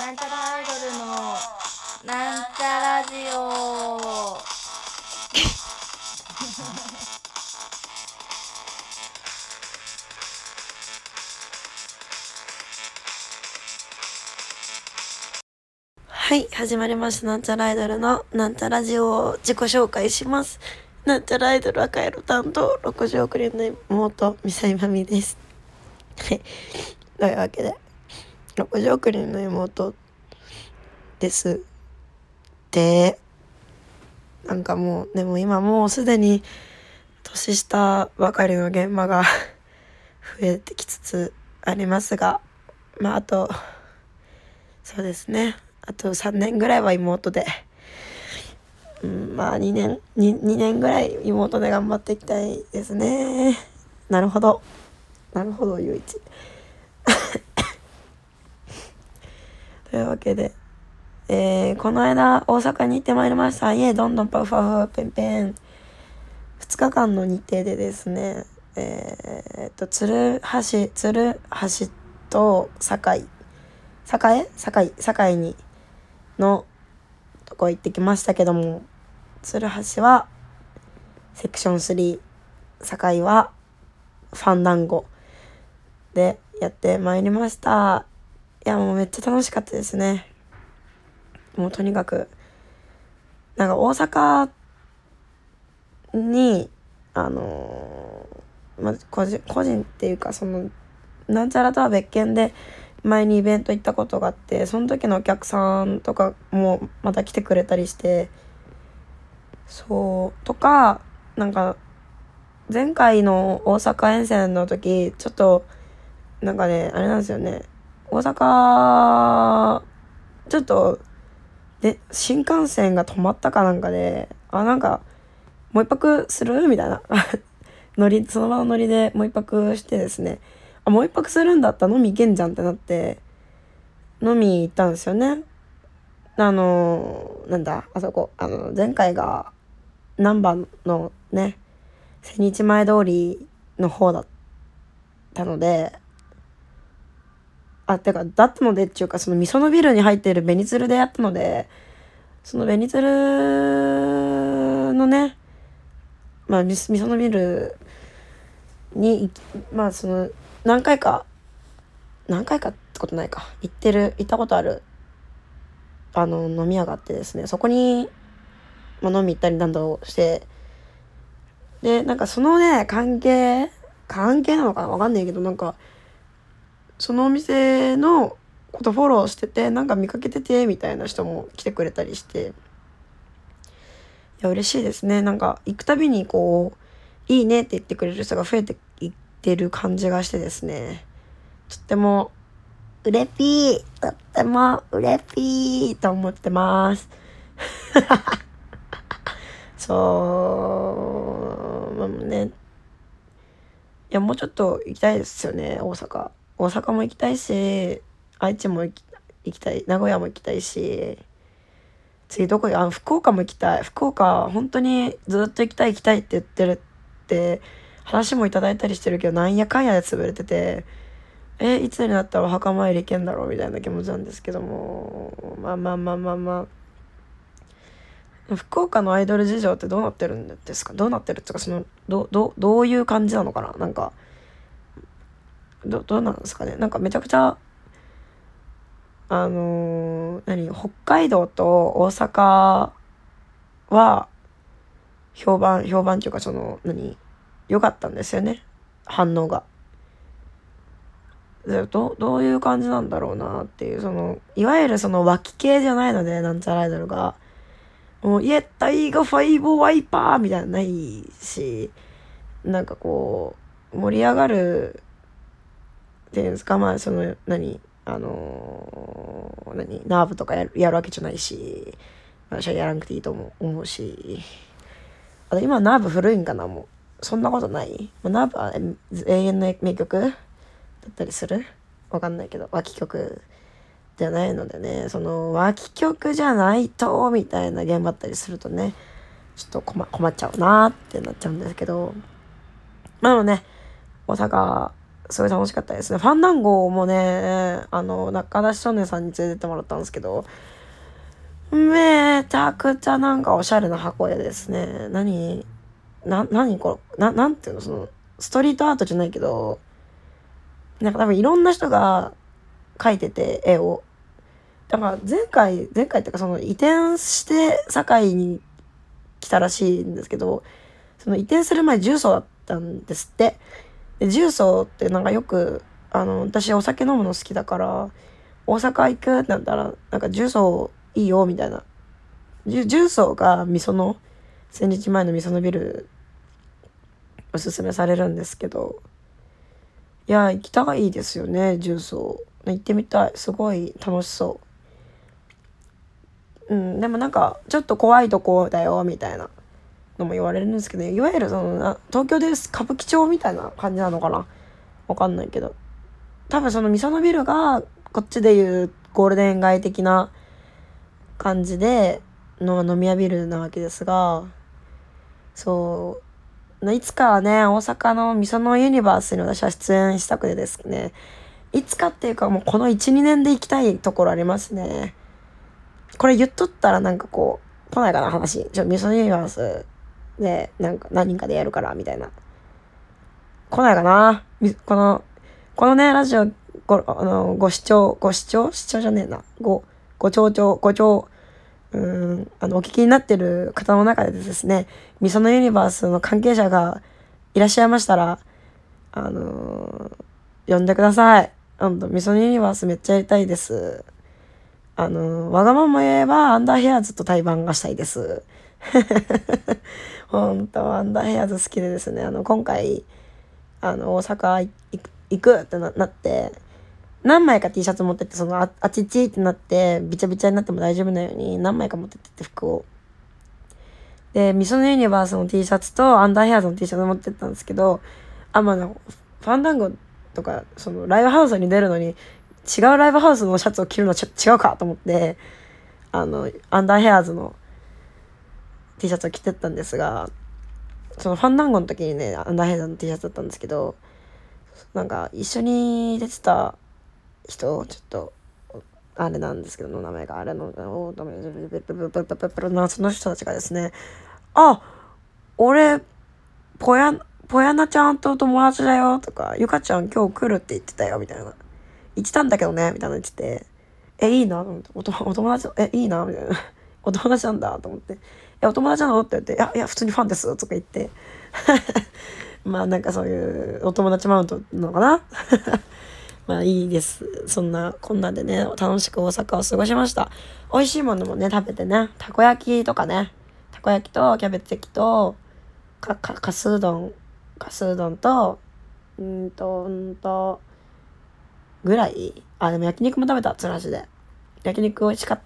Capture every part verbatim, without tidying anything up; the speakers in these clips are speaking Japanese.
なんちゃらアイドルのなんちゃラジオはい、始まりました。なんちゃらアイドルのなんちゃラジオを自己紹介します。なんちゃらアイドル赤色担当ろくじゅうおくりの妹みさいまみです。はい、というわけでろくじゅうおくりの妹ですで、なんかもうでも今もうすでに年下ばかりの現場が増えてきつつありますが、まああとそうですねあとさんねんぐらいは妹で、うん、まあにねん 2, 2年ぐらい妹で頑張っていきたいですね。なるほどなるほどゆういちというわけで、えー、この間大阪に行ってまいりました。イエどんどんパフパフペンペンふつかかんの日程でですね、えー、っと鶴橋鶴橋と堺堺堺堺にのとこ行ってきましたけども、鶴橋はセクションスリー、堺はファンダンゴでやってまいりました。いやもうめっちゃ楽しかったですね。もうとにかくなんか大阪にあのー、まず個人個人っていうかそのなんちゃらとは別件で前にイベント行ったことがあって、その時のお客さんとかもまた来てくれたりして、そうとかなんか前回の大阪遠征の時ちょっとなんかねあれなんですよね、大阪ちょっとで新幹線が止まったかなんかで、あなんかもう一泊するみたいなノリその場のノリでもう一泊してですね、あもう一泊するんだったら飲み行けんじゃんってなって飲み行ったんですよね。あのなんだあそこあの前回が難波のね千日前通りの方だったので、あてかだったのでっていうかそのみそのビルに入っているベニツルでやったので、そのベニツルのねまあみそのビルにまあその何回か何回かってことないか行ってる行ったことあるあの飲み屋があってですね、そこに、まあ、飲み行ったりなんだろうして、でなんかそのね関係関係なのかなわかんないけど、なんかそのお店のことフォローしててなんか見かけててみたいな人も来てくれたりして、いや嬉しいですね。なんか行くたびにこういいねって言ってくれる人が増えていってる感じがしてですね、とってもうれぴーとってもうれぴーと思ってますそうまあね、いやもうちょっと行きたいですよね。大阪大阪も行きたいし、愛知も行き、行きたい、名古屋も行きたいし、次どこあ福岡も行きたい。福岡本当にずっと行きたい行きたいって言ってるって話もいただいたりしてるけど、なんやかんやで潰れてて、えいつになったらお墓参り行けんだろうみたいな気持ちなんですけども、まあまあまあまあまあ福岡のアイドル事情ってどうなってるんですか。どうなってるっていうかそのどどどういう感じなのかな。なんかどどうなんですかね。なんかめちゃくちゃあのー、何北海道と大阪は評判評判っていうかその何良かったんですよね、反応が。どどういう感じなんだろうなっていう、そのいわゆるその脇系じゃないので、なんちゃらアイドルがもうイエッタイガファイボワイパーみたいなのないし、なんかこう盛り上がるっていうんですか、まあその何あのー、何ナーブとかやるやるわけじゃないし、私はやらなくていいと思う思うし、あと今ナーブ古いんかな。もうそんなことない、まあ、ナーブは永遠の名曲だったりするわかんないけど、脇曲じゃないのでね、その脇曲じゃないとみたいな現場あったりするとね、ちょっと困困っちゃうなってなっちゃうんですけど、まあでもね大阪すごい楽しかったですね。ファンダンゴもね、あの、中田少年さんに連れてってもらったんですけど、めちゃくちゃなんかおしゃれな箱でですね、何、な、何これ、な、なんていうの、その、ストリートアートじゃないけど、なんか多分いろんな人が描いてて、絵を。だから前回、前回っていうかその移転して堺に来たらしいんですけど、その移転する前重曹だったんですって。で、重曹ってなんかよく、あの、私お酒飲むの好きだから、大阪行くってなったら、なんか重曹いいよみたいな。重曹が味噌の、千日前の味噌のビル、おすすめされるんですけど、いや、行きたいですよね、重曹。行ってみたい。すごい楽しそう。うん、でもなんか、ちょっと怖いとこだよ、みたいなのも言われるんですけど、いわゆるその、東京で歌舞伎町みたいな感じなのかな、わかんないけど。多分その味噌のビルが、こっちでいうゴールデン街的な感じでの飲み屋ビルなわけですが、そう、いつかはね、大阪の味噌のユニバースに私は出演したくてですね、いつかっていうかもうこのいち、にねんで行きたいところありますね。これ言っとったらなんかこう、来ないかな話。ちょ、味噌ユニバースで、なんか何人かでやるから、みたいな。来ないかなこの、このね、ラジオ、ご、あの、ご視聴、ご視聴視聴じゃねえな。ご、ご聴聴、ご聴、うーん、あの、お聞きになってる方の中でですね、味噌のユニバースの関係者がいらっしゃいましたら、あのー、呼んでください。ほんと、味噌のユニバースめっちゃやりたいです。あのー、わがまま言えば、アンダーヘアーズと対バンがしたいです。ほんと、アンダーヘアーズ好きでですね、あの、今回、あの、大阪行くってなって、何枚か T シャツ持ってって、そのあ、あちちってなって、びちゃびちゃになっても大丈夫なように何枚か持ってってって服を。で、味噌のユニバースの T シャツとアンダーヘアーズの T シャツ持ってったんですけど、あ、まあ、ファンダンゴとか、そのライブハウスに出るのに、違うライブハウスのシャツを着るのちょっと違うかと思って、あの、アンダーヘアーズの T シャツを着てったんですが、そのファンダンゴの時にね、アンダーヘアーズの T シャツだったんですけど、なんか一緒に出てた人、ちょっと、あれなんですけど、名前があれの、おー、ダメ、ペペペペペペペペな、その人たちがですね、あ、俺、ぽや、ぽやなちゃんと友達だよ、とか、ゆかちゃん今日来るって言ってたよ、みたいな。言ってたんだけどね、みたいなの言ってて、え、いいな、おとお友達、え、いいな、みたいな。お友達なんだ、と思って。え、お友達なのって言って、いや、いや、普通にファンです、とか言って。まあなんかそういうお友達マウントなのかな。まあいいです。そんなこんなんでね、楽しく大阪を過ごしました。美味しいものもね、食べてね、たこ焼きとかね、たこ焼きとキャベツ焼きと、か、か、かすうどん、かすうどんと、うんと、うんと、ぐらいあ、でも焼肉も食べた、つらしで。焼肉美味しかった。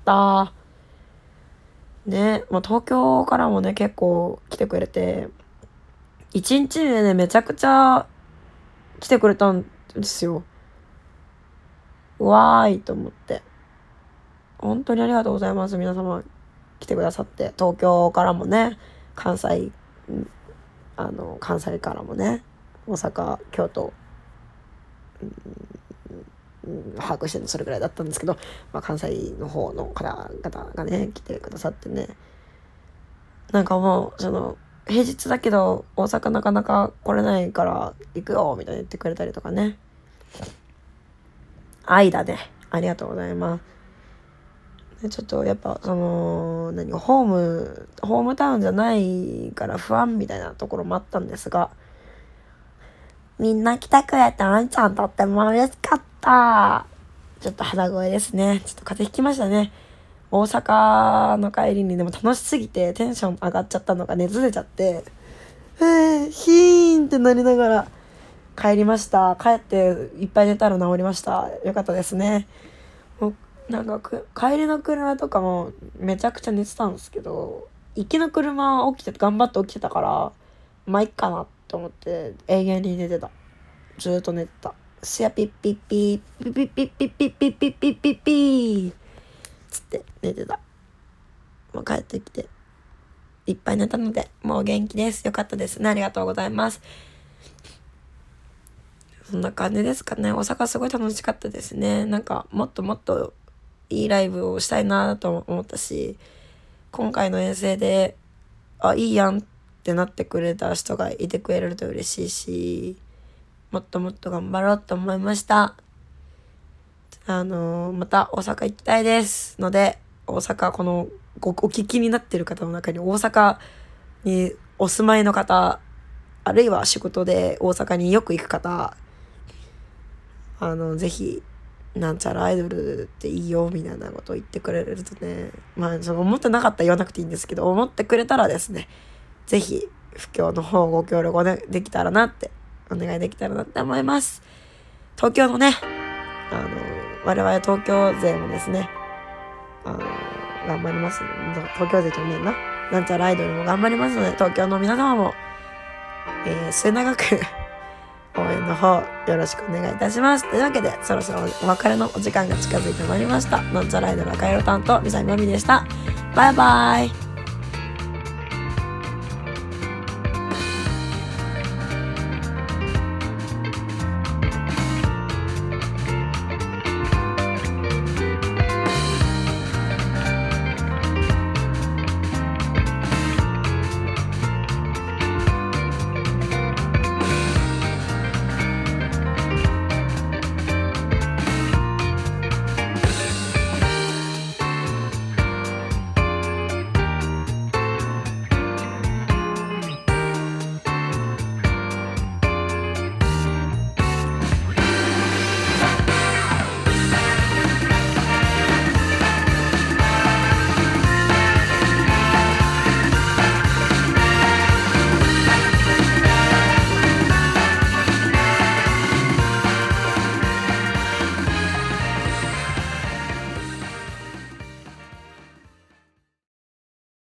ね、もう東京からもね、結構来てくれて、一日でね、めちゃくちゃ来てくれたんですよ。うわーいと思って。本当にありがとうございます。皆様来てくださって。東京からもね、関西、あの、関西からもね、大阪、京都、うん、把握してるのそれぐらいだったんですけど、まあ、関西の方の方々がね、来てくださってね。なんかもう、その、平日だけど大阪なかなか来れないから行くよみたいに言ってくれたりとかね。愛だね。ありがとうございます。ちょっとやっぱその何ホームホームタウンじゃないから不安みたいなところもあったんですが、みんな来てくれてあんちゃんとっても嬉しかった。ちょっと肌声ですね。ちょっと風邪ひきましたね。大阪の帰りにでも楽しすぎてテンション上がっちゃったのが熱出ちゃって、えー、ヒーンってなりながら帰りました。帰っていっぱい寝たら治りました。よかったですね。もうなんかく帰りの車とかもめちゃくちゃ寝てたんですけど、行きの車起きて頑張って起きてたからまあいっかなと思って永遠に寝てた。ずーっと寝てた。すやピッピッピッピッピッピッピッピッピッピッピッピーつって寝てた。もう帰ってきていっぱい寝たのでもう元気です。よかったですね。ありがとうございます。 そんな感じですかね。大阪すごい楽しかったですね。なんかもっともっといいライブをしたいなと思ったし、今回の遠征であいいやんってなってくれた人がいてくれると嬉しいし、もっともっと頑張ろうと思いました。あのー、また大阪行きたいですので、大阪このごお聞きになってる方の中に大阪にお住まいの方、あるいは仕事で大阪によく行く方、あのぜひなんちゃらアイドルっていいよみたいなことを言ってくれるとね、まあその思ってなかったら言わなくていいんですけど、思ってくれたらですね、ぜひ布教の方ご協力でできたらなってお願いできたらなって思います。東京のね、あの我々東京勢もですね、あの頑張りますので、東京勢じゃねえな、なんちゃらアイドルも頑張りますので、東京の皆様も、えー、末永く応援の方よろしくお願いいたします。というわけでそろそろお別れのお時間が近づいてまいりました。なんちゃらアイドル赤色担当みさみまみでした。バイバイ。